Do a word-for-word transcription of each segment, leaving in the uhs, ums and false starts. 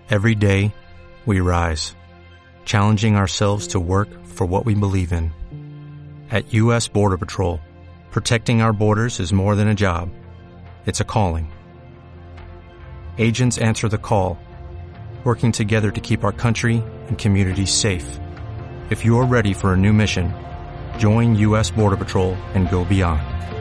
Every day, we rise, challenging ourselves to work for what we believe in. At U S Border Patrol, protecting our borders is more than a job. It's a calling. Agents answer the call, working together to keep our country and communities safe. If you're ready for a new mission, join U S Border Patrol and go beyond.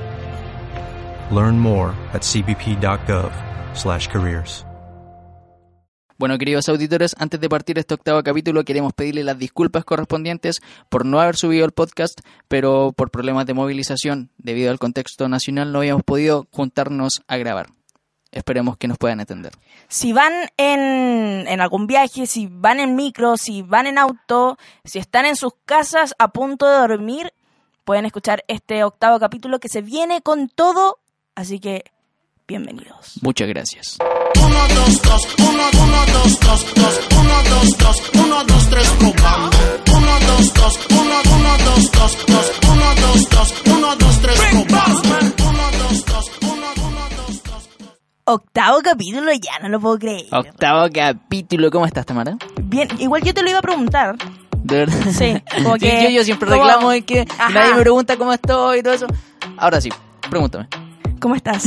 Learn more at c b p dot gov slash careers. Bueno, queridos auditores, antes de partir este octavo capítulo queremos pedirle las disculpas correspondientes por no haber subido el podcast, pero por problemas de movilización debido al contexto nacional no habíamos podido juntarnos a grabar. Esperemos que nos puedan entender. Si van en, en algún viaje, si van en micro, si van en auto, si están en sus casas a punto de dormir, pueden escuchar este octavo capítulo que se viene con todo, así que bienvenidos. Muchas gracias. Uno, dos, dos, uno, uno, dos, dos, dos, uno, dos, dos, uno, dos, tres, probando. Uno, dos, dos, uno, uno, dos, dos, dos, uno, dos, dos, uno, dos, tres, probando. Uno, dos, dos, uno, uno, dos, dos. Octavo capítulo, ya no lo puedo creer. Octavo capítulo, ¿cómo estás, Tamara? Bien, igual yo te lo iba a preguntar. ¿De verdad? Sí, como Sí, que... yo, yo siempre como- reclamo de que Ajá. nadie me pregunta cómo estoy y todo eso. Ahora sí, pregúntame. ¿Cómo estás?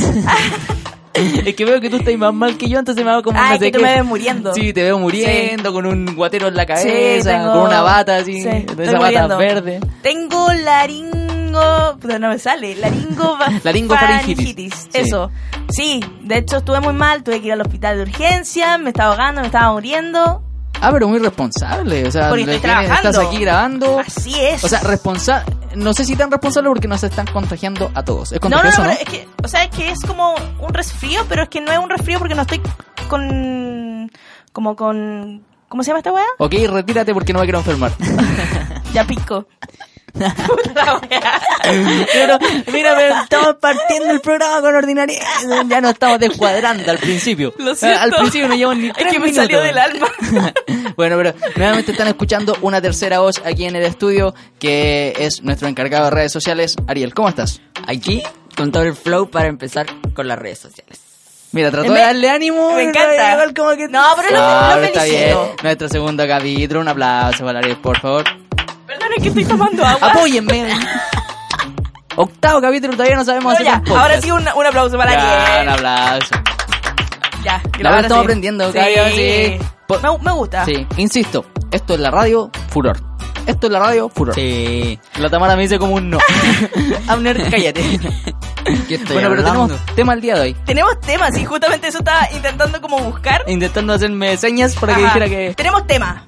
Es que veo que tú estás más mal que yo, entonces me hago como Ah, no es sé que te qué. me ves muriendo. Sí, te veo muriendo, con un guatero en la cabeza, Sí, tengo- con una bata así, sí, de estoy esa bata muriendo. verde. Tengo laringo... Pero no me sale. Laringo... Laringofaringitis. Sí. Eso. Sí, de hecho estuve muy mal. Tuve que ir al hospital de urgencia. Me estaba ahogando, me estaba muriendo. Ah, pero muy responsable, o sea, Porque le estoy tienes- trabajando. estás aquí grabando. Así es. O sea, responsable, no sé si tan responsable porque nos están contagiando a todos. ¿Es no, no, no, contagioso, pero no? es que... O sea, es que es como un resfrío, pero es que no es un resfrío porque no estoy con... Como con... ¿Cómo se llama esta weá? Ok, retírate porque no me quiero enfermar. Ya pico. La weá. Pero, mira, pero estamos partiendo el programa con ordinaria. Ya nos estamos descuadrando al principio. Lo siento. Al principio no llevamos ni Es tres que me minutos. salió del alma. Bueno, pero nuevamente están escuchando una tercera voz aquí en el estudio, que es nuestro encargado de redes sociales, Ariel. ¿Cómo estás? Aquí, con todo el flow para empezar con las redes sociales. Mira, trató Me- de darle ánimo. me y encanta. igual como que... No, pero lo- No, lo pero está bien. felicito. Nuestro segundo capítulo. Un aplauso para Ariel, por favor. Perdón, es que estoy tomando agua. Apóyenme. Octavo capítulo, todavía no sabemos No, hacer ya, un podcast. ahora sí un, un aplauso para Ya, Ariel. un aplauso. Ya, La verdad estamos aprendiendo cada día, sí. Po- Me, me gusta. Sí, insisto, esto es la radio, furor. Esto es la radio, furor. Sí. La Tamara me dice como un no. Abner, cállate. ¿Qué estoy Bueno, pero hablando? tenemos tema el día de hoy. Tenemos temas y justamente eso estaba intentando como buscar. Intentando hacerme señas para que Ajá. dijera que... Tenemos tema.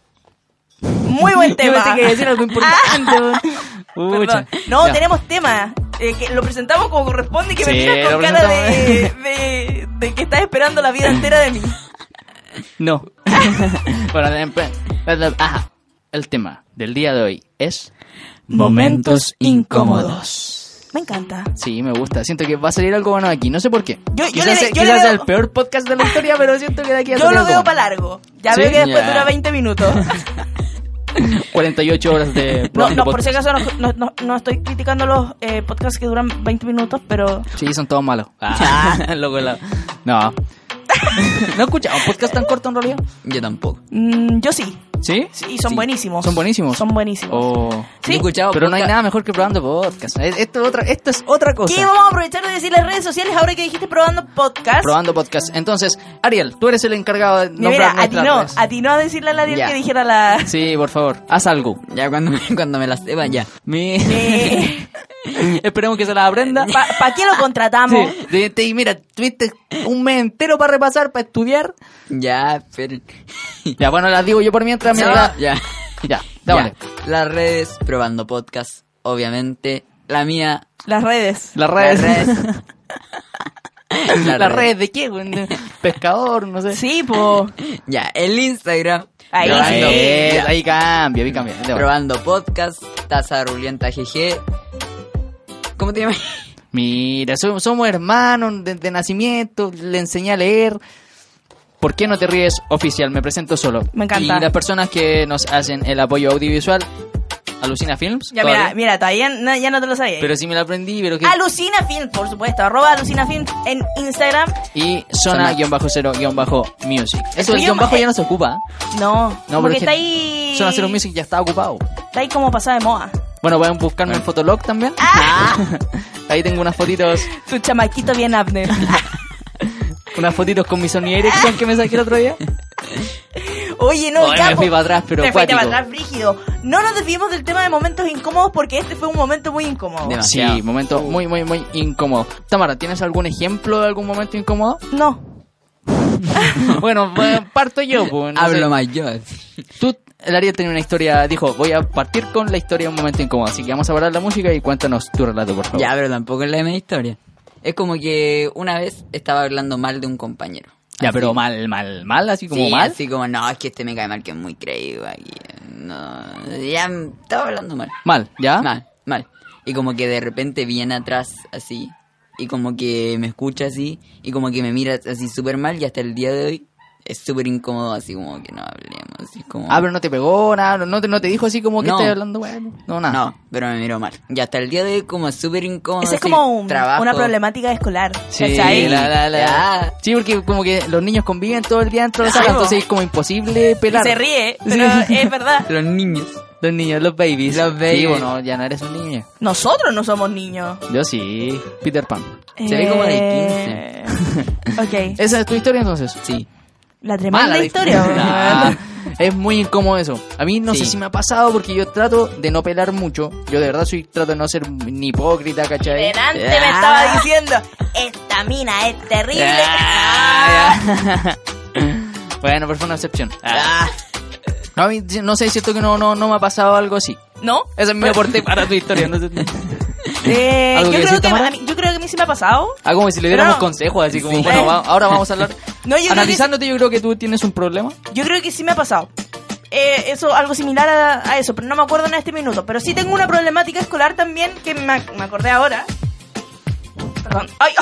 Muy buen Yo tema. pensé que iba a decir algo importante. weón. Pucha. Perdón. No, Ya. tenemos tema. Eh, que lo presentamos como corresponde y que me Sí, miras con lo cara de, presentamos. de, de que estás esperando la vida entera de mí. No. Bueno, empe- ajá. El tema del día de hoy es... Momentos incómodos. Me encanta. Sí, me gusta. Siento que va a salir algo bueno de aquí. No sé por qué. Yo- yo quizás le- sea, yo le quizás sea veo- el peor podcast de la historia, pero siento que de aquí a Yo lo veo para largo. Ya ¿Sí? veo que después Ya. dura veinte minutos. cuarenta y ocho horas de No, programa no de por si podcast. acaso no, no, no, no estoy criticando los eh, podcasts que duran veinte minutos, pero... Sí, son todos malos. Ah, loco, la- No. ¿No he escuchado un podcast tan corto en realidad? Yo tampoco. mm, yo sí. ¿Sí? Sí, y son Sí. buenísimos. ¿Son buenísimos? Son buenísimos. Oh. Yo Sí. he escuchado Pero no hay podcast- nada mejor que probando podcast. Esto es otra, esto es otra cosa. ¿Qué? Vamos a aprovechar de decir las redes sociales ahora que dijiste probando podcast. Probando podcast. Entonces, Ariel, tú eres el encargado de Mira, nombrar a ti nuestras no, redes. a ti no a decirle a la Ariel Ya. que dijera la... Sí, por favor, haz algo. Ya cuando me, cuando me las sepa, ya. Mi... Eh, Esperemos que se la aprenda. ¿Para pa qué lo contratamos? Sí, de- de- y mira, tuviste un mes entero para repasar, para estudiar. Ya, esperen. Ya, bueno, las digo yo por mientras. Ya, mira, ya. ya, dámale. Ya. Las redes, probando podcast, obviamente. La mía, Las redes. Las redes. Las redes. ¿Las Las redes de qué? güey? Pescador, no sé. Sí, po. ya, el Instagram. Ahí probando, sí. Eh, ya, ahí cambia, ahí cambia. Dale. probando podcast, taza rulienta G G. ¿Cómo te llamas? Mira, so- somos hermanos de, de nacimiento, le enseñé a leer. ¿Por qué no te ríes oficial? Me presento solo. Me encanta. Y las personas que nos hacen el apoyo audiovisual, Alucina Films. Ya, todavía. mira, mira, todavía no, ya no te lo sabía. Pero sí me la aprendí, pero que... Alucina Film, por supuesto. Arroba Alucina Film en Instagram. Y zona-cero-music. Eso, el tuyo guión bajo ma- ya no se ocupa. No, No, porque pero es está que ahí... Zona Cero Music ya está ocupado. Está ahí como pasada de moda. Bueno, pueden buscarme en Fotolog también. Ah. Ahí tengo unas fotitos, Tu chamaquito bien Abner. unas fotitos con mi Sony Ericsson que me saqué el otro día. Oye, no, Ay, ya, me fui po. para atrás, pero Te fuiste cuático. para atrás, brígido. No nos desviemos del tema de momentos incómodos porque este fue un momento muy incómodo. Demasiado. Sí, momento muy, muy, muy incómodo. Tamara, ¿tienes algún ejemplo de algún momento incómodo? No. Bueno, pues, parto yo. Pues, no Hablo sé. más yo. Tú, el Ariel tenía una historia, dijo, voy a partir con la historia de un momento incómodo. Así que vamos a parar la música y cuéntanos tu relato, por favor. Ya, pero tampoco es la misma historia. Es como que una vez estaba hablando mal de un compañero. Ya, Así. pero mal, mal, mal, así como Sí, mal. así como, no, es que este me cae mal, que es muy creído aquí. No, ya estaba hablando mal. Mal, ¿ya? Mal, mal. Y como que de repente viene atrás así. Y como que me escucha así. Y como que me mira así súper mal. Y hasta el día de hoy es súper incómodo, así como que no hablemos. Así como... Ah, pero no te pegó, nada, no te, no te dijo así como que No. estás hablando, bueno. No, nada. No, pero me miró mal. Y hasta el día de hoy como es súper incómodo. Esa es así, como un- trabajo. una problemática escolar. Sí, ¿cachai? la, la, la. Ya. Sí, porque como que los niños conviven todo el día dentro de la Sí, sala, po. entonces es como imposible Y pelar. se ríe, pero es verdad. Los niños. Los niños, los babies. Los babies. Sí, bueno, ya no eres un niño. Nosotros no somos niños. Yo sí, Peter Pan. Se ve como de Eh, Ok. ¿Esa es tu historia entonces? Sí. La tremenda Mala la historia. Ah, weón. es muy incómodo eso. A mí no Sí. sé si me ha pasado porque yo trato de no pelar mucho. Yo de verdad soy trato de no ser ni hipócrita, ¿cachai? Delante me Ah. estaba diciendo, esta mina es terrible. Ah, ya. Bueno, pero fue una excepción. Ah. No, a mí no sé, es cierto que no, no, no me ha pasado algo así. ¿No? Eso es mi aporte para tu historia. No sé. Eh, ¿Algo yo, que creo decir, que Tamara? a mí, yo creo que a mí sí me ha pasado. Ah, como si le Pero diéramos no. consejos, así como, Sí. bueno, va- ahora vamos a hablar. No, yo creo que Analizándote, yo creo que tú tienes un problema. Yo creo que sí me ha pasado. Eh, eso, algo similar a, a eso, pero no me acuerdo en este minuto. Pero sí tengo una problemática escolar también que me, ac- me acordé ahora. Perdón. ¡Ay!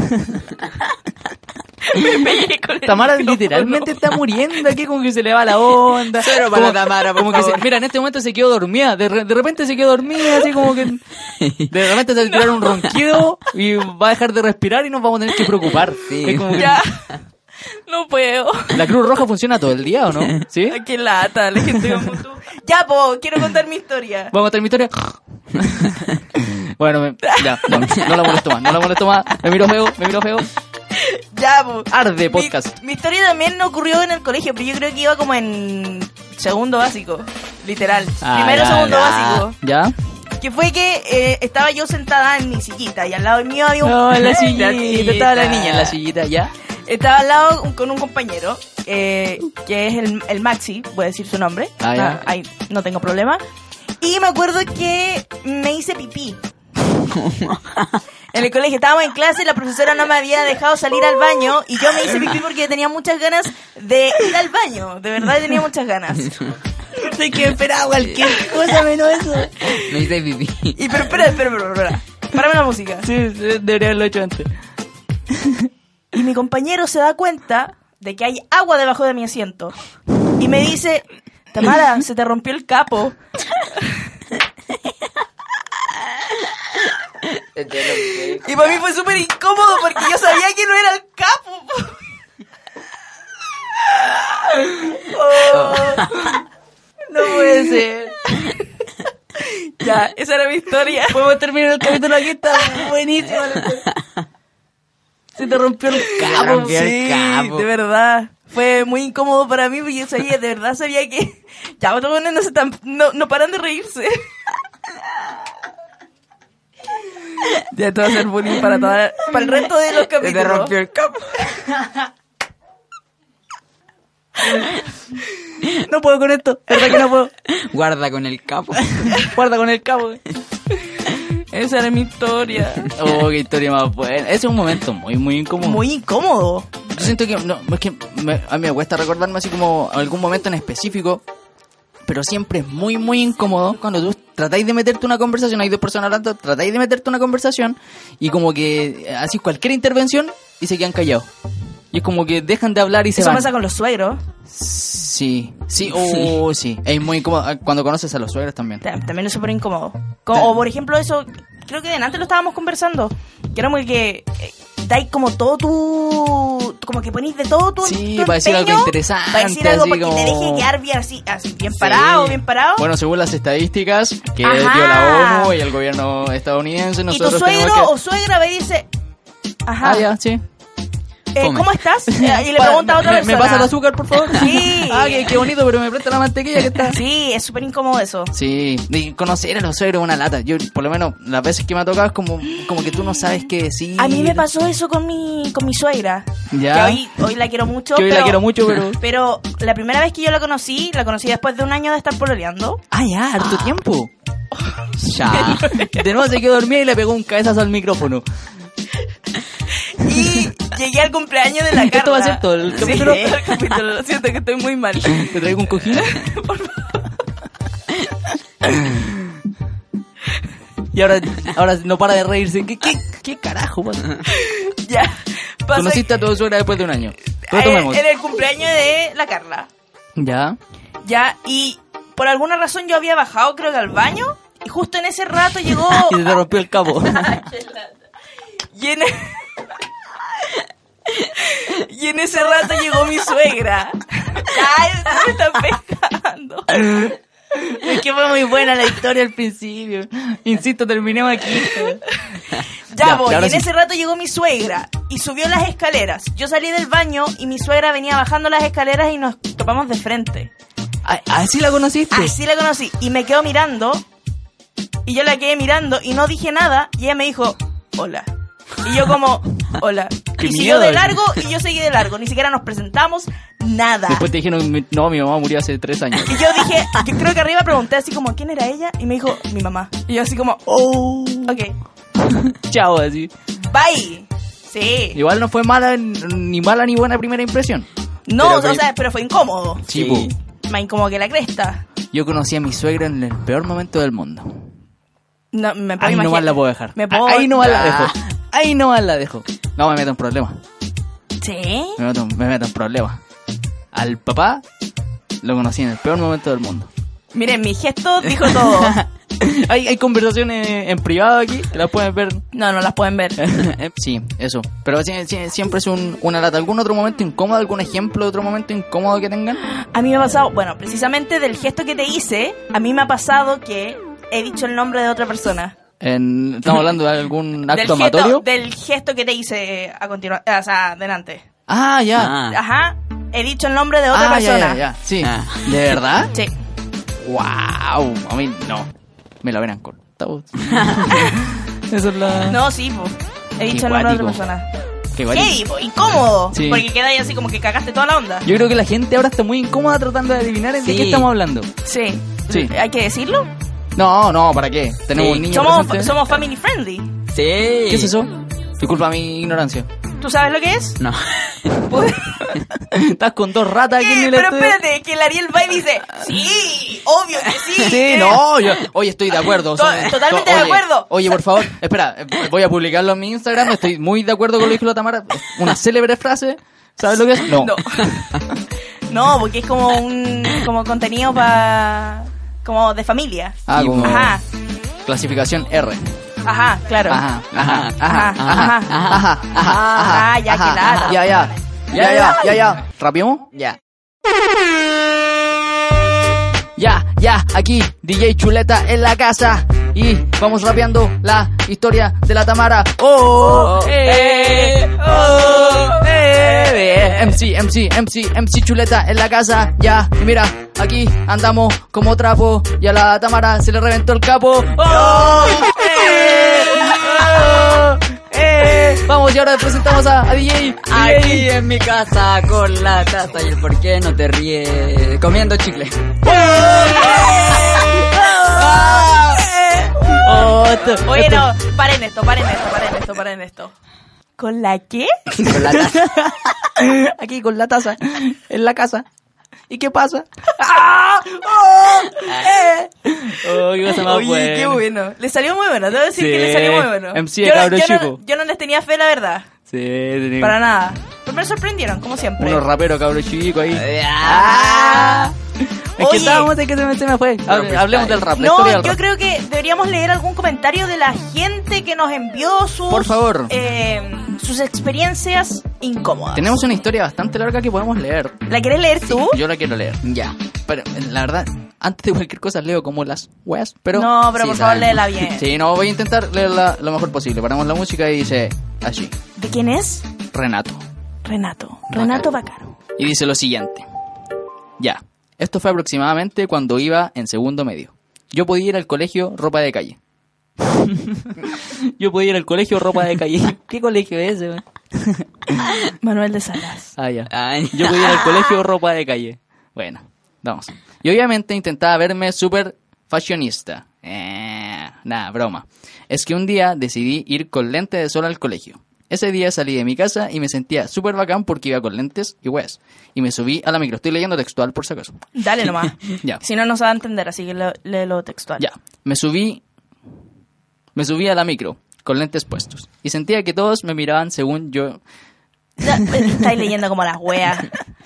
Me pegué con el Tamara micrófono. literalmente está muriendo aquí, como que se le va la onda. Cero para Como- Tamara, por como que se- favor. mira, en este momento se quedó dormida. De, re- de repente se quedó dormida, así como que. De repente se va a tirar un ronquido y va a dejar de respirar y nos vamos a tener que preocupar. Sí. Es como que- Ya. No puedo. ¿La Cruz Roja funciona todo el día o no? ¿Sí? Ay, qué lata, la gente como tú. Ya, po, quiero contar mi historia. ¿Vamos a contar mi historia? Bueno, me- ya, no, no la molesto más, no la molesto más. Me miro feo, me miro feo. Ya, po. Arde podcast. Mi, mi historia también no ocurrió en el colegio, pero yo creo que iba como en segundo básico. Literal. Ah, Primero, ya, segundo ya. básico. ¿Ya? Que fue que eh, estaba yo sentada en mi sillita y al lado mío había un... No, en la La sillita, sillita. estaba la niña en la sillita, ¿ya? Estaba al lado un- con un compañero, eh, que es el, el Maxi, voy a decir su nombre. Ah, ya. ahí no tengo problema. Y me acuerdo que me hice pipí. En el colegio estábamos en clase, la profesora no me había dejado salir al baño y yo me hice pipí porque tenía muchas ganas de ir al baño. De verdad tenía muchas ganas. Sé que esperaba cualquier cosa menos eso. Me hice pipí. Y pero espera, espera, espera, espera. Párame la música. Sí, sí, debería haberlo hecho antes. Y mi compañero se da cuenta de que hay agua debajo de mi asiento. Y me dice, Tamara, se te rompió el capo. Y para mí fue súper incómodo porque yo sabía que no era el capo. Oh, no puede ser. Ya, esa era mi historia. Podemos terminar el capítulo aquí, está buenísimo. Se te rompió el Se cabo. rompió el Sí, capo. de verdad. Fue muy incómodo para mí porque yo sabía, de verdad sabía que... Ya, otros buenos no, se están, no, no paran de reírse. Ya esto va a ser bullying para, toda, para el resto de los Se te capítulos. rompió el capo. No puedo con esto, verdad que no puedo. Guarda con el capo. Guarda con el cabo. Esa era mi historia. Oh, qué historia más buena. Ese es un momento muy, muy incómodo. Muy incómodo. Yo siento que, no, es que me- a mí me cuesta recordarme así como algún momento en específico, pero siempre es muy, muy incómodo cuando tú tratáis de meterte una conversación, hay dos personas hablando, tratáis de meterte una conversación y como que así cualquier intervención y se quedan callados. Y es como que dejan de hablar y se Eso van. pasa con los suegros. Sí, sí, oh, sí. Es muy incómodo cuando conoces a los suegros también. También es súper incómodo. Como, o por ejemplo eso, creo que delante lo estábamos conversando, que era muy que eh, dais como todo tu, como que ponís de todo tu, sí, tu para decir algo empeño, interesante, para decir algo así para como... que te deje quedar bien así, así bien Sí. parado, bien parado. Bueno, según las estadísticas que Ajá. dio la ONU y el gobierno estadounidense, y tu nosotros suegro tenemos que... o suegra ve y dice, ajá, Ah, ya, sí. eh, Fome. ¿cómo estás? Eh, y le Pa- pregunta a otra ¿me, persona. ¿Me pasa el azúcar, por favor? Sí. Ah, qué, qué bonito, pero me presta la mantequilla que está... Sí, es súper incómodo eso. Sí, y conocer a los suegros es una lata. Yo, por lo menos, las veces que me ha tocado es como, como que tú no sabes qué decir. A mí me pasó eso con mi con mi suegra. Ya. Que hoy, hoy la quiero mucho. Que hoy pero, la quiero mucho, pero... Pero la primera vez que yo la conocí, la conocí después de un año de estar pololeando. Ah, ya, harto tiempo. Ya. De nuevo se quedó dormida y le pegó un cabezazo al micrófono. Y llegué al cumpleaños de la Carla. ¿Esto va a ser todo el capítulo? Sí, el capítulo. Lo siento que estoy muy mal. ¿Te traigo un cojín? Y ahora, ahora no para de reírse. ¿Qué, qué, qué carajo, man? Ya. Pasa Conociste a tu suegra después de un año. que- Retomemos. Era el cumpleaños de la Carla. Ya. Ya, y por alguna razón yo había bajado, creo que al baño. Y justo en ese rato llegó. Y se te rompió el cabo. Y en, y en ese rato llegó mi suegra. Ay, me están pescando. Es que fue muy buena la historia al principio. Insisto, terminemos aquí. Ya, Ya, voy. y ahora Y en sí. ese rato llegó mi suegra y subió las escaleras. Yo salí del baño y mi suegra venía bajando las escaleras y nos topamos de frente. Ah, ¿así la conociste? Así la conocí. Y me quedó mirando. Y yo la quedé mirando y no dije nada. Y ella me dijo, hola. Y yo como, hola. Qué Y siguió miedo. de largo y yo seguí de largo. Ni siquiera nos presentamos, nada. Después te dijeron, mi- no, mi mamá murió hace tres años. Y yo dije, yo creo que arriba pregunté así como, ¿quién era ella? Y me dijo, mi mamá. Y yo así como, oh, ok. Chao, así. Bye. Sí. Igual no fue mala, ni mala ni buena primera impresión. No, Pero o fue- sea, pero fue incómodo. Sí, Sí. po. Más incómodo que la cresta. Yo conocí a mi suegra en el peor momento del mundo. No, me puedo Ahí nomás imaginar. la puedo dejar. Me puedo... Ahí nomás la Ah. dejo. Ahí nomás la dejo. No me meto en problemas. ¿Sí? Me meto, me meto en problemas. Al papá lo conocí en el peor momento del mundo. Miren, mi gesto dijo todo. hay, hay conversaciones en privado aquí que las pueden ver. No, no las pueden ver. Sí, eso. Pero sí, sí, siempre es un, una lata. ¿Algún otro momento incómodo? ¿Algún ejemplo de otro momento incómodo que tengan? A mí me ha pasado, bueno, precisamente del gesto que te hice, a mí me ha pasado que he dicho el nombre de otra persona. En- ¿Estamos hablando de algún acto Del gesto, amatorio? del gesto que te hice a continuación, o sea, adelante. Ah, ya. Ah. Ajá, he dicho el nombre de otra ah, ya, persona. ya, ya. Sí. Ah. ¿De verdad? Sí. ¡Wow! A mí no. Me la hubieran cortado. Eso es la... No, sí, po. He Qué dicho el nombre de otra cuático. persona. Qué guay. Hey, po, incómodo. Sí. Porque queda ahí así como que cagaste toda la onda. Yo creo que la gente ahora está muy incómoda tratando de adivinar de Sí. qué estamos hablando. Sí. Sí. ¿Hay que decirlo? No, no, ¿para qué? Tenemos Sí. un niño Somos, presente. somos family friendly. Sí. ¿Qué es eso? Disculpa mi ignorancia. ¿Tú sabes lo que es? No. Estás con dos ratas aquí en ¿Qué? el Pero estudio. espérate, que el Ariel va y dice, sí, obvio que sí. Sí, que- no, yo, oye, estoy de acuerdo. To- Son- totalmente to- de oye, acuerdo. Oye, por favor, espera, eh, voy a publicarlo en mi Instagram. Estoy muy de acuerdo con lo que dijo la Tamara. Una célebre frase. ¿Sabes lo que es? No. No. No, porque es como un como contenido para como de familia. Ah, como Ajá. clasificación R. Ajá, claro. Ajá, ajá, Ajá, ajá, ajá. ajá, ajá, Ah, ya, ajá, qué lata. Ya, ya. Ya, ya, ya, ya. ¿Rapiemos? Ya. Ya, ya, aquí D J Chuleta en la casa y vamos rapeando la historia de la Tamara. Oh, eh, oh, eh, eh. M C, M C, M C, M C Chuleta en la casa. Ya, y mira, aquí andamos como trapo y a la Tamara se le reventó el capo. Oh, eh, oh, eh. Vamos y ahora presentamos a, a D J. Aquí en mi casa con la taza y el por qué no te ríes comiendo chicle. Oh, esto- Oye, esto- no, paren esto, paren esto, paren esto, paren esto. ¿Con la qué? Con la taza. Aquí con la taza en la casa. ¿Y qué pasa? ¡Ah! ¡Oh! ¡Eh! Oh, qué cosa más Oye, buena. qué bueno. Le salió muy bueno, debo decir Sí. que le salió muy bueno. M C de yo, no- cabro yo, no, chico. yo no les tenía fe, la verdad. Sí, tenía Para nada. Pero me sorprendieron, como siempre. unos raperos cabros chicos ahí. Ah. Es que Oye. estábamos de que se me, se me fue. Hable- hablemos del rap, la No, historia del yo rap. creo que deberíamos leer algún comentario de la gente que nos envió sus... Por favor. eh, sus experiencias incómodas. Tenemos una historia bastante larga que podemos leer. ¿La querés leer tú? Yo la quiero leer. Ya. Pero la verdad, antes de cualquier cosa leo como las weas, pero... No, pero Sí, por favor sabemos. léela bien. Sí, no, voy a intentar leerla lo mejor posible. Paramos la música y dice así. ¿De quién es? Renato. Renato. Renato Bacaro. Y dice lo siguiente. Ya, esto fue aproximadamente cuando iba en segundo medio. Yo podía ir al colegio ropa de calle. Yo podía ir al colegio ropa de calle. ¿Qué colegio es ese? Manuel de Salas. Ah, ya. Ay. Yo podía ir al colegio ropa de calle. Bueno, vamos. Y obviamente intentaba verme súper fashionista. Eh, nada, broma. Es que un día decidí ir con lentes de sol al colegio. Ese día salí de mi casa y me sentía súper bacán porque iba con lentes y weas. Y me subí a la micro. Estoy leyendo textual por si acaso. Dale nomás. Ya. Si no, no se va a entender, así que lo- léelo textual. Ya. Me subí. Me subí a la micro con lentes puestos. Y sentía que todos me miraban según yo. Ya, estáis leyendo como las weas.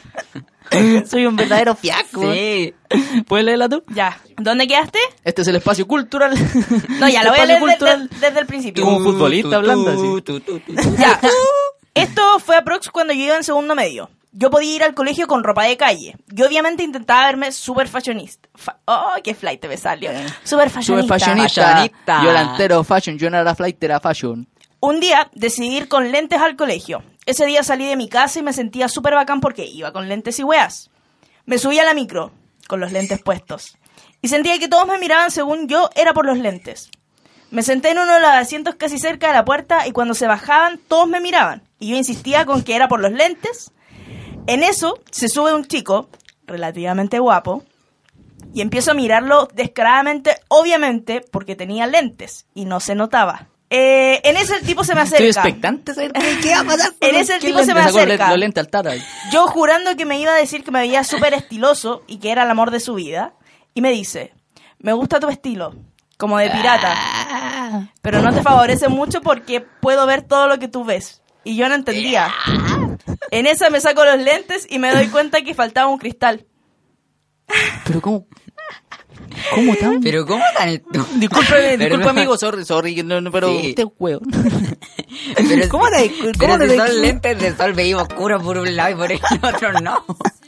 Soy un verdadero fiaco. Sí. ¿Puedes leerla tú? Ya. ¿Dónde quedaste? Este es el espacio cultural. No, ya lo voy a Espacio leer de- cultural. de- desde el principio. Como un futbolista hablando así. Tu, tu, tu, tu. Ya. Esto fue aprox cuando yo iba en segundo medio. Yo podía ir al colegio con ropa de calle. Yo obviamente intentaba verme súper fashionista. Fa- oh, qué flight me salió. Súper Super fashionista. fashionista. Fashionista. Yo era entero fashion. Yo no era flight, era fashion. Un día decidí ir con lentes al colegio. Ese día salí de mi casa y me sentía súper bacán porque iba con lentes y weas. Me subí a la micro con los lentes puestos. Y sentía que todos me miraban según yo era por los lentes. Me senté en uno de los asientos casi cerca de la puerta y cuando se bajaban todos me miraban. Y yo insistía con que era por los lentes. En eso se sube un chico, relativamente guapo, y empiezo a mirarlo descaradamente, obviamente, porque tenía lentes y no se notaba. Eh, en ese el tipo se me acerca. Estoy expectante a saber qué, qué va a pasar. En ese el ¿Qué tipo se lente? me Sacó acerca. Los lentes al tata. Yo jurando que me iba a decir que me veía súper estiloso y que era el amor de su vida. Y me dice, me gusta tu estilo, como de pirata, pero no te favorece mucho porque puedo ver todo lo que tú ves. Y yo no entendía. En esa me saco los lentes y me doy cuenta que faltaba un cristal. Pero cómo... ¿Cómo tan...? Pero ¿cómo tan esto? Disculpe, Pero disculpe no. amigo, sorry, sorry, no, no, pero Sí. usted es hueón. Pero, ¿Cómo le- pero cómo le- si son lentes de sol veía oscuro por un lado y por el otro no.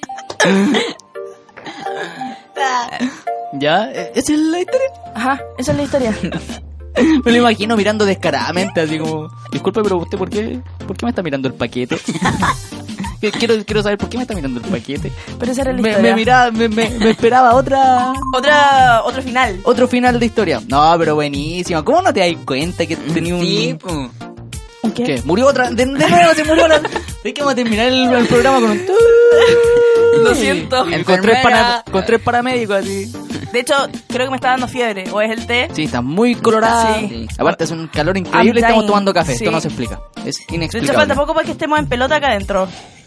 ¿Ya? ¿Esa es la historia? Ajá, esa es la historia. Me lo imagino mirando descaradamente, así como... Disculpe, pero usted, ¿por qué, ¿por qué me está mirando el paquete? quiero, quiero saber por qué me está mirando el paquete. Pero esa era la Me, historia. me miraba, me, me, me esperaba otra... Otra, otro final. Otro final de historia. No, pero buenísima. ¿Cómo no te das cuenta que tenía un... Sí, po. ¿Qué? ¿Qué? Murió otra. De, de nuevo se murió la. Es que vamos a terminar el, el programa con un. Lo siento. Con tres, Enfermera. para- con tres paramédicos así. De hecho, creo que me está dando fiebre. ¿O es el té? Sí, está muy colorada. Sí. Aparte, hace un calor increíble y I'm estamos dying. tomando café. Sí. Esto no se explica. Es De hecho, inexplicable. falta poco para que estemos en pelota acá adentro.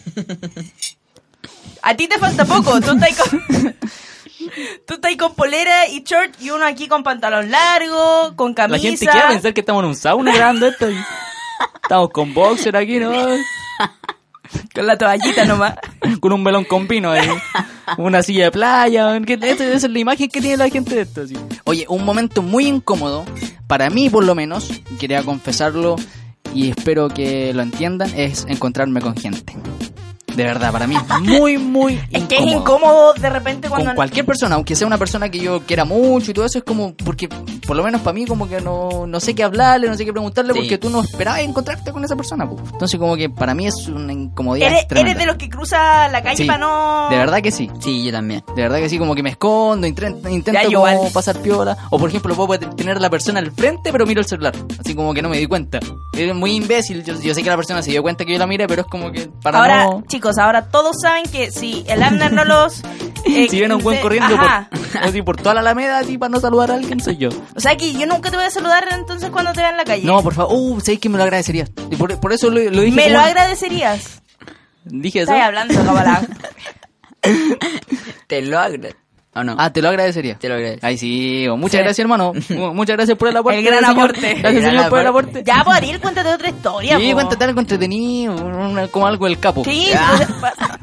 A ti te falta poco. Tú estás con... Tú estás con polera y short y uno aquí con pantalón largo, con camisa. La gente quiere pensar que estamos en un sauna grabando esto. y Estamos con boxer aquí, ¿no? Con la toallita nomás. Con un melón con vino ahí. Una silla de playa. que- Esa esa es la imagen que tiene la gente de esto. Así. Oye, un momento muy incómodo, para mí por lo menos, quería confesarlo y espero que lo entiendan, es encontrarme con gente. De verdad, para mí es muy, muy incómodo. Es que es incómodo de repente cuando... Con cualquier persona, aunque sea una persona que yo quiera mucho y todo eso, es como, porque por lo menos para mí como que no, no sé qué hablarle, no sé qué preguntarle, Sí. porque tú no esperabas encontrarte con esa persona. Po. Entonces como que para mí es una incomodidad ¿Eres, extrema. eres de los que cruza la calle Sí, para no... de verdad que sí. Sí, yo también. De verdad que sí, como que me escondo, intento, intento Ya, como igual. pasar piola. O por ejemplo, puedo tener a la persona al frente, pero miro el celular. Así como que no me di cuenta. Es muy imbécil. Yo, yo sé que la persona se dio cuenta que yo la miré, pero es como que para Ahora, no... chicos, ahora todos saben que si el Abner no los... eh, Si viene un buen se- corriendo Ajá. por, así, por toda la alameda, así para no saludar a alguien, soy yo. O sea que yo nunca te voy a saludar entonces cuando te vea en la calle. No, por favor. Uh, sabéis que me lo agradecerías. Y por, por eso lo, lo dije. Me como- lo agradecerías. Dije eso. Estás hablando como la... Te lo agradezco. ¿O no? Ah, te lo agradecería. Te lo agradezco. Ay, sí. Muchas Sí. gracias, hermano. Mu- Muchas gracias por el aporte. El gran señor. aporte. Gracias, El gran señor, por el aporte. aporte. Ya, pues, Ariel, cuéntate otra historia. Sí, po. cuéntate algo entretenido. una- como algo del capo. Sí. Ah.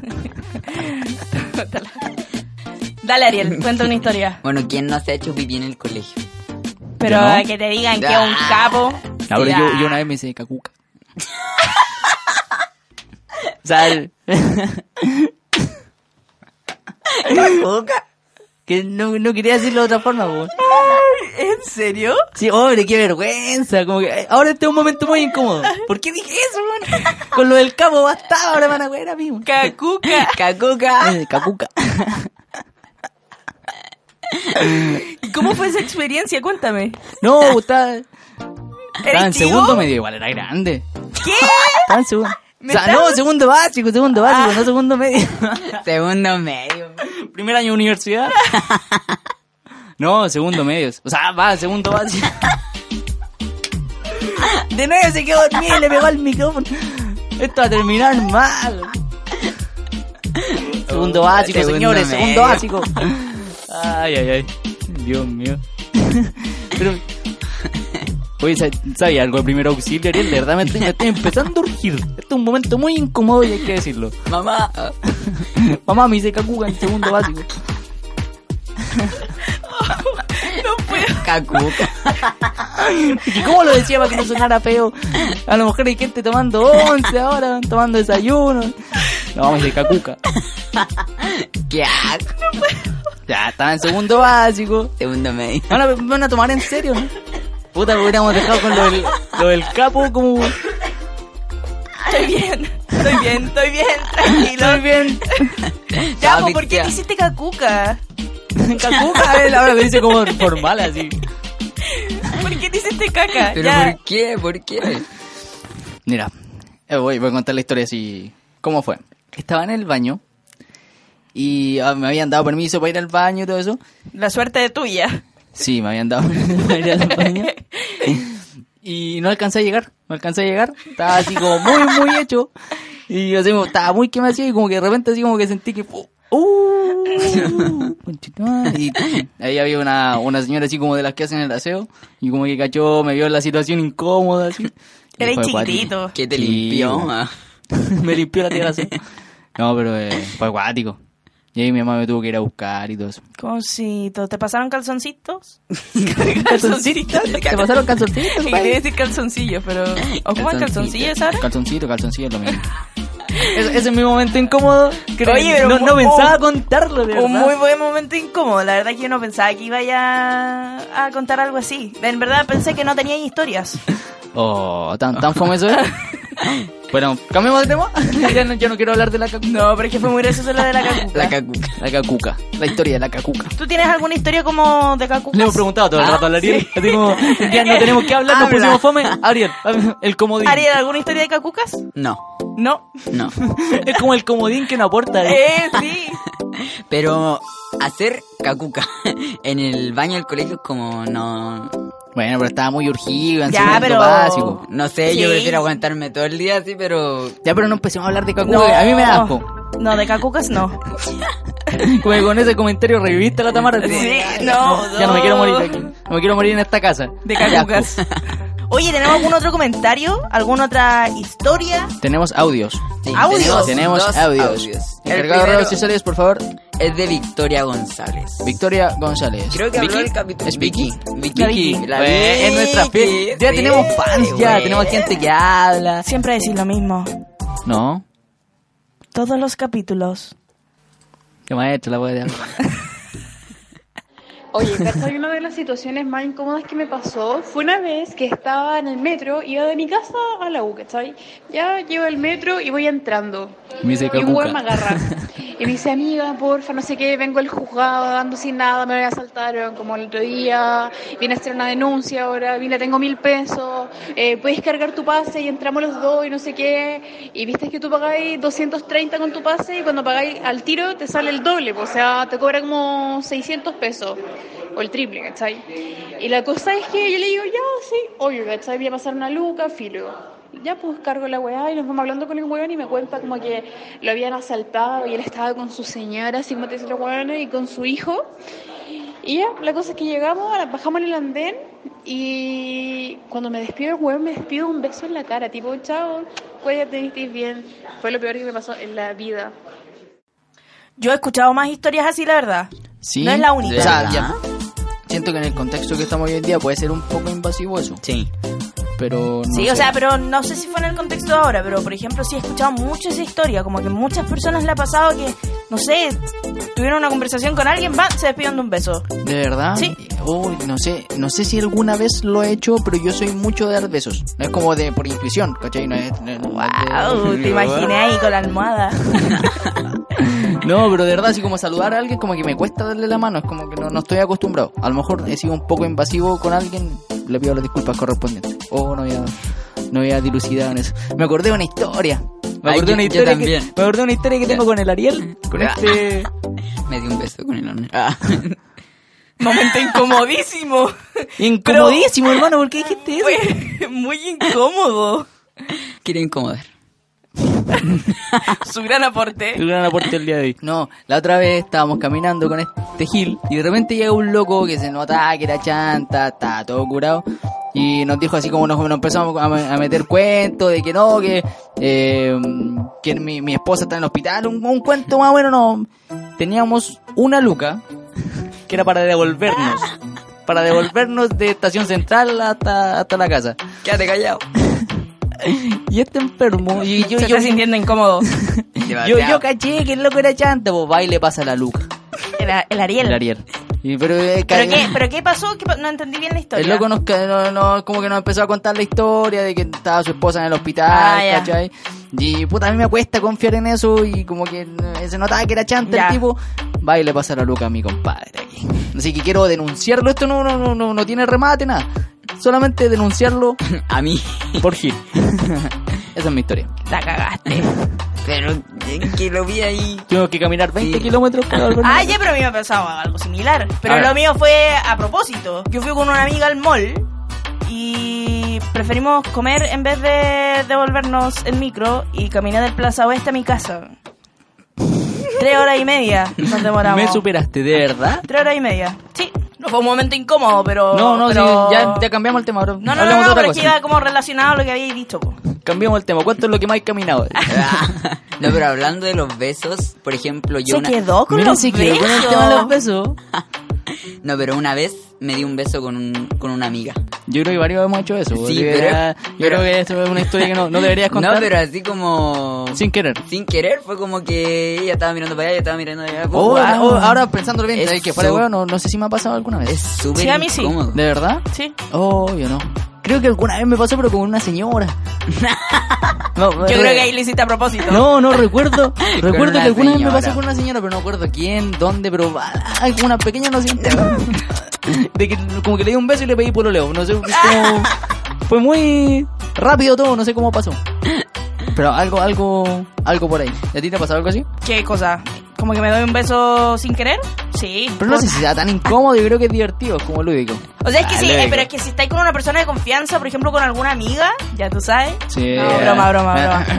Dale, Ariel, cuenta una historia. Bueno, ¿quién no se ha hecho pipí en el colegio? Pero Yo no. que te digan que es un capo. No, pero Ya. yo, yo una vez me hice cacuca. O sea, el- ¿Cacuca? que no, no quería decirlo de otra forma, po. ¿En serio? Sí, hombre, qué vergüenza. Como que eh, ahora este es un momento muy incómodo. ¿Por qué dije eso, man? Con lo del capo bastaba, ahora van a ver a mí. man. Cacuca. ¿Cacuca? Eh, Cacuca. ¿Cómo fue esa experiencia? Cuéntame. No, estaba, estaba ¿Eres en tío? segundo medio, igual era grande. ¿Qué? Estaba en segundo. O ¿Me sea, estás- no, segundo básico, segundo básico, no segundo medio. Segundo medio. Primer año de universidad. No, segundo medio. O sea, va, segundo básico. De nuevo se quedó dormido y le pegó al micrófono. Esto va a terminar mal. Segundo básico, Segundo señores, medio. segundo básico. Ay, ay, ay. Dios mío. Pero... Oye, ¿sabes ¿sabe algo de primer auxilio, Ariel? De verdad me estoy, me estoy empezando a urgir. Este es un momento muy incómodo y hay que decirlo. Mamá. Mamá me hice cacuca en segundo básico. Cacuca. ¿Y cómo lo decía para que no sonara feo? A lo mejor hay gente tomando once ahora, tomando desayuno. No, me hice cacuca. ¿Qué asco? Ya, estaba en segundo básico. Segundo medio. Van a, me van a tomar en serio, ¿no? Puta, lo hubiéramos dejado con lo del, lo del capo como... Estoy bien, estoy bien, estoy bien, tranquilo. Estoy bien. Ya, Ah, pues, ¿por qué Victia. te hiciste cacuca? Cacuca, él ahora lo dice como formal así. ¿Por qué te hiciste caca? ¿Pero Ya. por qué? ¿Por qué? Mira, eh, voy, voy a contar la historia así. ¿Cómo fue? Estaba en el baño y ah, me habían dado permiso para ir al baño y todo eso. La suerte de tuya. Sí, me habían dado permiso para ir al baño. Y no alcancé a llegar, no alcancé a llegar. Estaba así como muy, muy hecho. Y yo así como, estaba muy que me hacía y como que de repente así como que sentí que... ¡Uh! Conchetumare. Y ahí había una, una señora así como de las que hacen el aseo. Y como que cachó, me vio en la situación incómoda así. Y Eres fue acuático. chiquitito. ¿Qué te Sí, limpió? bueno. Ah. Me limpió la tierra así. No, pero eh, fue acuático. Y ahí mi mamá me tuvo que ir a buscar y todo eso. Cosito, ¿te pasaron calzoncitos? ¿Calzoncitos? ¿Te pasaron calzoncitos? Quería güey? decir calzoncillos, pero... ¿Ocupan calzoncillos, Sara? Calzoncito, calzoncillo es lo mismo. Ese, ese es mi momento incómodo. Que Oye, pero no, muy- no pensaba contarlo, de verdad. Un muy buen momento incómodo. La verdad que yo no pensaba que iba ya a contar algo así. En verdad pensé que no tenía historias. Oh, tan, tan fome eso, ¿eh? Bueno, cambiemos de tema. ya, no, ya no quiero hablar de la cacuca. No, pero es que fue muy gracioso lo de la cacuca. La cacuca. La cacuca. La historia de la cacuca. ¿Tú tienes alguna historia como de cacucas? Le hemos preguntado todo el rato a la Ariel. Así como, ya no tenemos que hablar, nos Habla. pusimos fome. Ariel, el comodín. Ariel, ¿alguna historia de cacucas? No, No. no. Es como el comodín que no aporta. ¿eh? Eh, sí. Pero hacer cacuca en el baño del colegio es como no... Bueno, pero estaba muy urgido, en Ya, segundo pero- básico. No sé, yo Sí. prefiero aguantarme todo el día así, pero... Ya, pero no empecemos a hablar de cacuca. No. A mí me da asco. No, de cacucas no. Como que con ese comentario reviviste la Tamara. así como, Sí, "Ay, no, Ya no me quiero no. morir aquí. No me quiero morir en esta casa. De Qué cacucas. asco. Oye, ¿tenemos algún otro comentario? ¿Alguna otra historia? Tenemos audios. Sí, ¿Audios? Tenemos dos audios. El Encargado de primero redes sociales, por favor. es de Victoria González. Victoria González. Creo que habló ¿Vicky? el capítulo. ¿Es Vicky? Vicky. La Vicky. La Pues, es nuestra Vicky, fiel. Ya sí, tenemos fans, ya. güey. Tenemos gente que habla. Siempre decís lo mismo. No. Todos los capítulos. Qué maestro la voy a dar. Oye, ¿cachai? Una de las situaciones más incómodas que me pasó fue una vez que estaba en el metro, iba de mi casa a la U, ¿cachai? Ya llevo el metro y voy entrando. Me dice Y un cacuca. weón me agarra. Y me dice, amiga, porfa, no sé qué, vengo al juzgado, ando sin nada, me asaltaron como el otro día, vine a hacer una denuncia ahora, vine, tengo mil pesos, eh, puedes cargar tu pase y entramos los dos y no sé qué. Y viste que tú pagáis doscientos treinta con tu pase y cuando pagáis al tiro te sale el doble, pues, o sea, te cobra como seiscientos pesos. O el triple, ¿cachai? Y la cosa es que yo le digo, ya, sí, obvio, ¿cachai? Voy a pasar una luca, filo. Ya pues cargo la weá y nos vamos hablando con el weón y me cuenta como que lo habían asaltado y él estaba con su señora, así como te dice los weones, y con su hijo. Y ya, la cosa es que llegamos, bajamos en el andén y cuando me despido el weón me despido un beso en la cara, tipo, chao, cuídate, estés bien. Fue lo peor que me pasó en la vida. Yo he escuchado más historias así, la verdad. Sí. No es la única. O sea, ya, siento que en el contexto que estamos hoy en día puede ser un poco invasivo eso. Sí. Pero no Sí, sé. o sea, pero no sé si fue en el contexto de ahora, pero por ejemplo sí he escuchado mucho esa historia, como que muchas personas le ha pasado que, no sé, tuvieron una conversación con alguien, van, se despiden de un beso. ¿De verdad? Sí. Uy, no sé, no sé si alguna vez lo he hecho, pero yo soy mucho de dar besos. No es como de por intuición, ¿cachai? No es, no es- no es Wow, de- te imaginé ahí con la almohada. No, pero de verdad, así como saludar a alguien, como que me cuesta darle la mano, es como que no, no estoy acostumbrado. A lo mejor he sido un poco invasivo con alguien, le pido las disculpas correspondientes. Oh, no había, no había dilucidado en eso. Me acordé de una historia. Me Ay, acordé de yo- una yo historia que, también. me acordé de una historia que tengo con el Ariel, con Ah. este... Me dio un beso con el horno. Momento incomodísimo. Incomodísimo, hermano, ¿por qué dijiste eso? Fue muy incómodo. Quería incomodar. Su gran aporte. Tu gran aporte el día de hoy. No, la otra vez estábamos caminando con este Gil y de repente llega un loco que se notaba que era chanta, estaba todo curado y nos dijo así como nos, nos empezamos a, me- a meter cuentos de que no, que eh, que mi, mi esposa está en el hospital, un, un cuento más bueno, no. Teníamos una luca que era para devolvernos, para devolvernos de Estación Central hasta, hasta la casa. Quédate callado. Y este enfermo, y yo, Se yo, está sintiendo incómodo. yo, yo caché que el loco era chanta, pues va y le pasa la luca. Era el Ariel. El Ariel. Y, pero, eh, ¿Pero ca- qué, ¿Pero qué pasó? ¿Qué pa- no entendí bien la historia. el loco nos, ca- no, no, como que nos empezó a contar la historia de que estaba su esposa en el hospital, Ah, ya. ¿cachai? Y puta, a mí me cuesta confiar en eso y como que eh, se notaba que era chanta Ya. el tipo. Va y le pasa la luca a mi compadre aquí. Así que quiero denunciarlo. Esto no, no, no, no, no tiene remate, nada. Solamente denunciarlo A mí. por Gil. Esa es mi historia. La cagaste. Pero es que lo vi ahí. Tengo que caminar veinte Sí. kilómetros para volver. Ah, ya, pero a mí me ha pasado algo similar. Pero A ver. lo mío fue a propósito. Yo fui con una amiga al mall y preferimos comer en vez de devolvernos el micro y caminé del Plaza Oeste a mi casa. Tres horas y media nos demoramos. Me superaste, ¿de verdad? Tres horas y media. Sí. No fue un momento incómodo, pero... No, no, pero... sí, ya, ya cambiamos el tema. Ahora No, no, no, hablemos de no, otra pero es que cosa. iba como relacionado a lo que habíais dicho, po. Cambiamos el tema. ¿Cuánto es lo que más hay caminado? No, pero hablando de los besos, por ejemplo, yo Se una... quedó con Mira, los se quedó con el besos. tema de los besos. No, pero una vez me di un beso con, un, con una amiga. Yo creo que varios hemos hecho eso. Sí, así que pero- ya- yo pero- creo que esto es una historia que no, no deberías contar. No, pero así como... Sin querer. Sin querer, fue como que ella estaba mirando para allá, yo estaba mirando allá. Oh, Wow. oh, ahora pensándolo bien, Es ¿sabes que fuera de su- huevo? No, no sé si me ha pasado alguna vez. Es súper Sí, a mí sí. incómodo. ¿De verdad? Sí. Oh, yo no. Creo que alguna vez me pasó, pero con una señora. No, Yo creo que ahí lo hiciste a propósito. No, no recuerdo. Recuerdo que una alguna vez me señora. pasó con una señora, pero no recuerdo quién, dónde, pero ah, una pequeña noción tengo. De que como que le di un beso y le pedí pololeo. No sé, como, fue muy rápido todo, no sé cómo pasó. Pero algo, algo, algo por ahí. ¿A ti te ha pasado algo así? ¿Qué cosa? ¿Como que me doy un beso sin querer? Sí. Pero no sé si sea tan incómodo, yo creo que es divertido, es como lúdico. O sea, es que Ah, sí, lúdico. eh, pero es que si estáis con una persona de confianza, por ejemplo, con alguna amiga, ya tú sabes. Sí. No, broma, broma,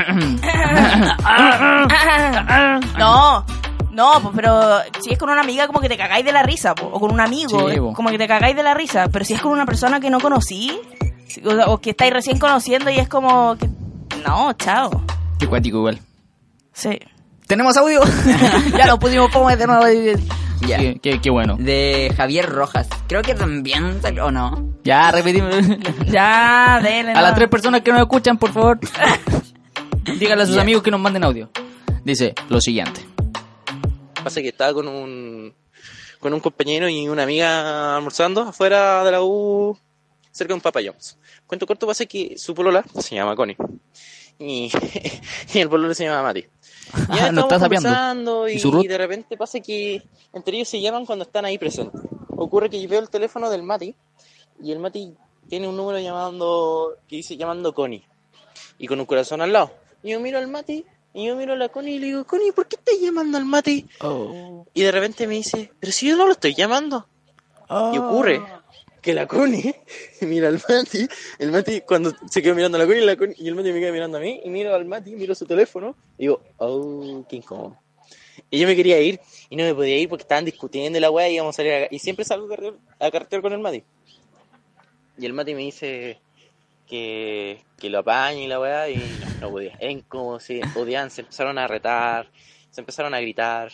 broma. No, no, pues, pero si es con una amiga, como que te cagáis de la risa, po, o con un amigo, Sí, eh, po. como que te cagáis de la risa. Pero si es con una persona que no conocí, o, sea, o que estáis recién conociendo y es como que. No, chao. Qué cuático igual. Sí. ¿Tenemos audio? Ya lo pusimos como de nuevo. Ya. Qué, qué, qué bueno. De Javier Rojas. Creo que también salió, ¿o no? Ya, repetimos. Ya, dele. A las no. tres personas que nos escuchan, por favor, díganle a sus Ya. amigos que nos manden audio. Dice lo siguiente. Pasa que estaba con un con un compañero y una amiga almorzando afuera de la U, cerca de un Papa John's. Cuento corto, pasa que su polola se llama Connie y, y el pololo se llama Mati. Y ya Ah, no estábamos está sapeando. conversando ¿Y y, su root? de repente pasa que entre ellos se llaman cuando están ahí presentes. Ocurre que yo veo el teléfono del Mati y el Mati tiene un número llamando que dice llamando Connie y con un corazón al lado. Y yo miro al Mati y yo miro a la Connie y le digo, Connie, ¿por qué estás llamando al Mati? Y de repente me dice, pero si yo no lo estoy llamando. Y ocurre que la Connie mira al Mati, el Mati cuando se quedó mirando a la Connie, la Connie y el Mati me queda mirando a mí, y miro al Mati, miro su teléfono, y digo, oh, qué incómodo. Y yo me quería ir, y no me podía ir porque estaban discutiendo la weá, y íbamos a salir a, y siempre salgo a carretear, a carretear con el Mati. Y el Mati me dice que, que lo apañe y la weá, y no, no podía. Era incómodo, se odiaban, se empezaron a retar, se empezaron a gritar.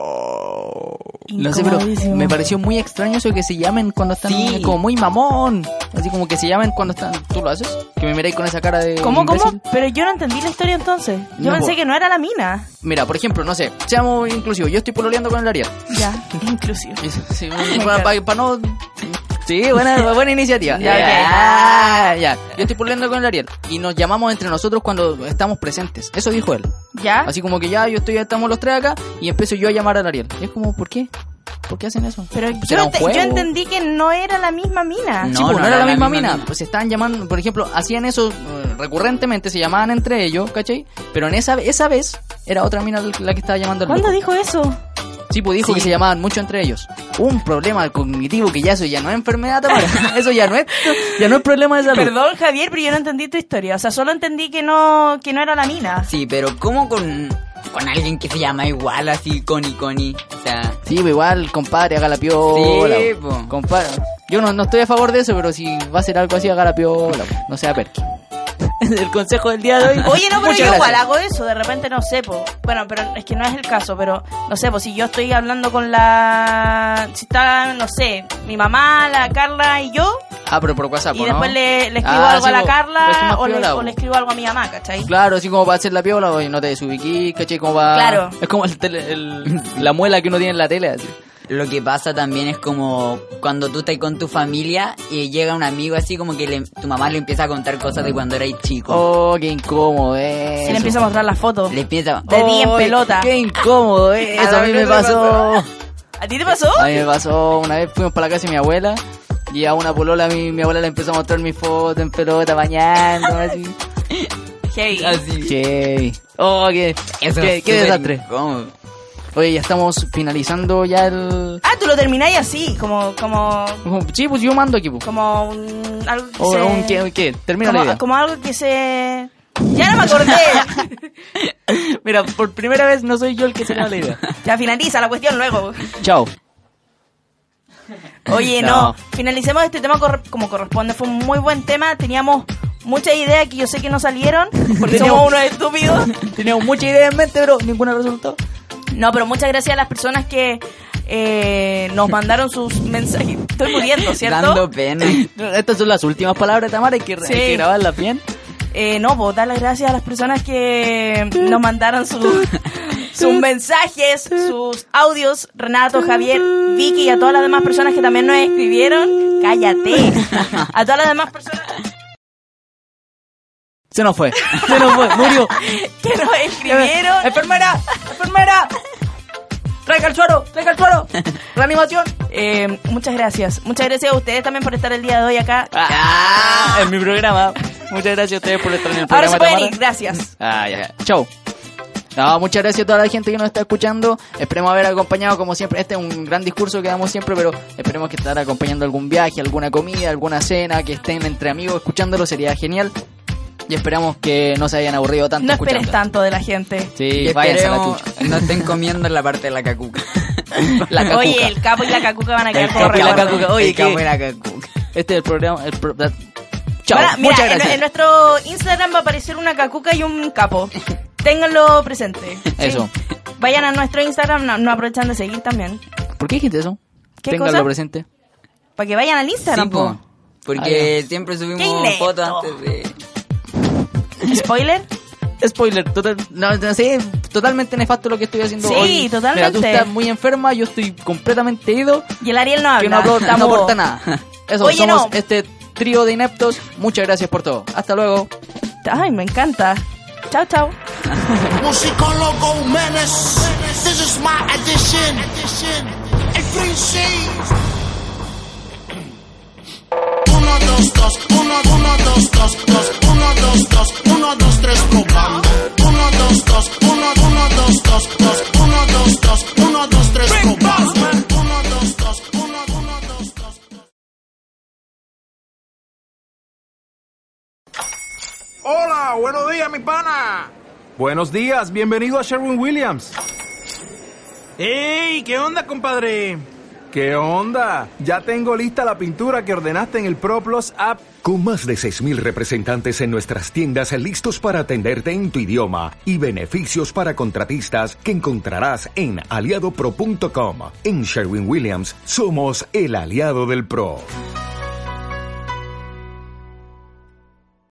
No sé, pero me pareció muy extraño eso que se llamen cuando están Sí. como muy mamón. Así como que se llamen cuando están... ¿Tú lo haces? Que me miráis con esa cara de ¿Cómo, imbécil. cómo? Pero yo no entendí la historia entonces. Yo No, pensé po. que no era la mina. Mira, por ejemplo, no sé, seamos inclusivos. Yo estoy pololeando con el Ariel. Ya, inclusive. Sí, para, para, para no... Sí, buena, buena iniciativa. Ya, ok. ya, ya. Yo estoy pololeando con el Ariel. Y nos llamamos entre nosotros cuando estamos presentes. Eso dijo él. ¿Ya? Así como que ya yo estoy, estamos los tres acá y empiezo yo a llamar al Ariel. Y es como, ¿por qué? ¿Por qué hacen eso? Pero Pues yo, era un ente- juego. yo entendí que no era la misma mina. Sí, No, pues, no, no era la era misma la misma mina. mina. Pues se estaban llamando, por ejemplo, hacían eso eh, recurrentemente, se llamaban entre ellos, ¿cachai? Pero en esa esa vez era otra mina la que estaba llamando al ¿Cuándo grupo. dijo eso? Sí, pues dijo Sí. que se llamaban mucho entre ellos. Un problema cognitivo que ya eso ya no es enfermedad, Tamara. Eso ya no es, ya no es problema de salud. Perdón, Javier, pero yo no entendí tu historia. O sea, solo entendí que no que no era la mina. Sí, pero ¿cómo con, con alguien que se llama igual así, Connie, Connie? O sea, Sí, pues igual, compadre, haga la piola. Sí, po. po. Compadre. Yo no, no estoy a favor de eso, pero si va a ser algo así, haga la piola. po. No sea perqui. El consejo del día de hoy. Oye, no, pero Muchas yo igual gracias. hago eso, de repente no sé, po. Bueno, pero es que no es el caso, pero no sé, pues si yo estoy hablando con la... Si está, no sé, mi mamá, la Carla y yo, Ah, pero por WhatsApp, y ¿no? después le, le escribo Ah, algo sí, a la po. Pero es Carla más o le, piola, o po. le escribo algo a mi mamá, ¿cachai? Claro, así como para hacer la piola, oye, no te desubiquís, ¿cachai? Como para... Claro. Es como el tele- el- la muela que uno tiene en la tele, así. lo que pasa también es como cuando tú estás con tu familia y llega un amigo así como que le- tu mamá le empieza a contar cosas de cuando erais chico. Oh, qué incómodo, eh. Se le empieza a mostrar las fotos. Le empieza... De ti en Oh, pelota. Qué incómodo, eh. Eso a mí me pasó. ¿A ti te pasó? A mí me pasó, una vez fuimos para la casa de mi abuela y a una polola mi, mi abuela le empezó a mostrar mi foto en pelota, bañando, así. Heavy. Así. Qué, oh, qué, Eso qué, es qué súper desastre. incómodo. Oye, ya estamos finalizando ya el... Ah, tú lo termináis así, como, como, Sí, pues yo mando aquí, pues. como un, algo que O se... un qué, qué, termina la como, idea. como algo que se... Ya no me acordé. Mira, por primera vez no soy yo el que se le da la idea. Ya finaliza la cuestión luego. Chao. Oye, no. No. Finalicemos este tema cor- como corresponde. Fue un muy buen tema. Teníamos muchas ideas que yo sé que no salieron porque Teníamos- somos unos estúpidos. Teníamos mucha idea en mente, pero ninguna resultó. No, pero muchas gracias a las personas que eh, nos mandaron sus mensajes. Estoy muriendo, ¿cierto? Dando pena. Estas son las últimas palabras de Tamara, hay que, Sí. hay que grabarlas bien. Eh, no, pues dar las gracias a las personas que nos mandaron su- sus mensajes, sus audios, Renato, Javier, Vicky y a todas las demás personas que también nos escribieron. Cállate. A todas las demás personas Se nos fue, se nos fue, murió. que nos escribieron. ¡Enfermera! ¡Enfermera! ¡Traiga el suero! ¡Traiga el suero! ¡Reanimación! Eh, muchas gracias. Muchas gracias a ustedes también por estar el día de hoy acá. ¡Ah! En mi programa. Muchas gracias a ustedes por estar en el Ahora programa. se pueden Tamara. ir. Gracias. Ah, ya. Chau. No, muchas gracias a toda la gente que nos está escuchando. Esperemos haber acompañado como siempre. Este es un gran discurso que damos siempre, pero esperemos que estar acompañando algún viaje, alguna comida, alguna cena, que estén entre amigos escuchándolo, sería genial. Y esperamos que no se hayan aburrido tanto No esperes escuchando. tanto de la gente. Sí, Y váyanse a la esperemos chucha. no estén comiendo en la parte de la cacuca. La cacuca. Oye, el capo y la cacuca van a quedar El como capo y la recuerdo. cacuca. Oye, El capo ¿qué? y la cacuca. Este es el programa. El pro- Chao, Ahora, mira, muchas en, gracias. en nuestro Instagram va a aparecer una cacuca y un capo. Ténganlo presente. ¿sí? Eso. Vayan a nuestro Instagram, no, no aprovechan de seguir también. ¿Por qué dijiste eso? ¿Qué Ténganlo cosa? presente. Para que vayan al Instagram, Sí, po. po. Porque siempre Qué subimos inepto. fotos antes de... ¿Spoiler? Spoiler, total, no, no sé, totalmente nefasto lo que estoy haciendo Sí, hoy. totalmente. Mira, tú estás muy enferma, yo estoy completamente ido, Y el Ariel no habla. que no, apro- está no mudo. aporta nada. Eso, Oye, somos no. este trío de ineptos. Muchas gracias por todo. Hasta luego. Ay, me encanta. Chao, chao. Musicólogo Menace, this is my addition. El three C. Uno, dos, dos, uno, uno, dos, dos, dos, uno, dos, dos, uno, dos, tres, probando. Uno, dos, dos, uno, uno, dos, dos, dos, uno, dos, dos, uno, dos, tres, probando. Hola, buenos días, mi pana. Buenos días, bienvenido a Sherwin-Williams. ¡Ey! ¿Qué onda, compadre? ¿Qué onda? Ya tengo lista la pintura que ordenaste en el ProPlus app. Con más de seis mil representantes en nuestras tiendas listos para atenderte en tu idioma y beneficios para contratistas que encontrarás en aliado pro punto com. En Sherwin-Williams somos el aliado del pro.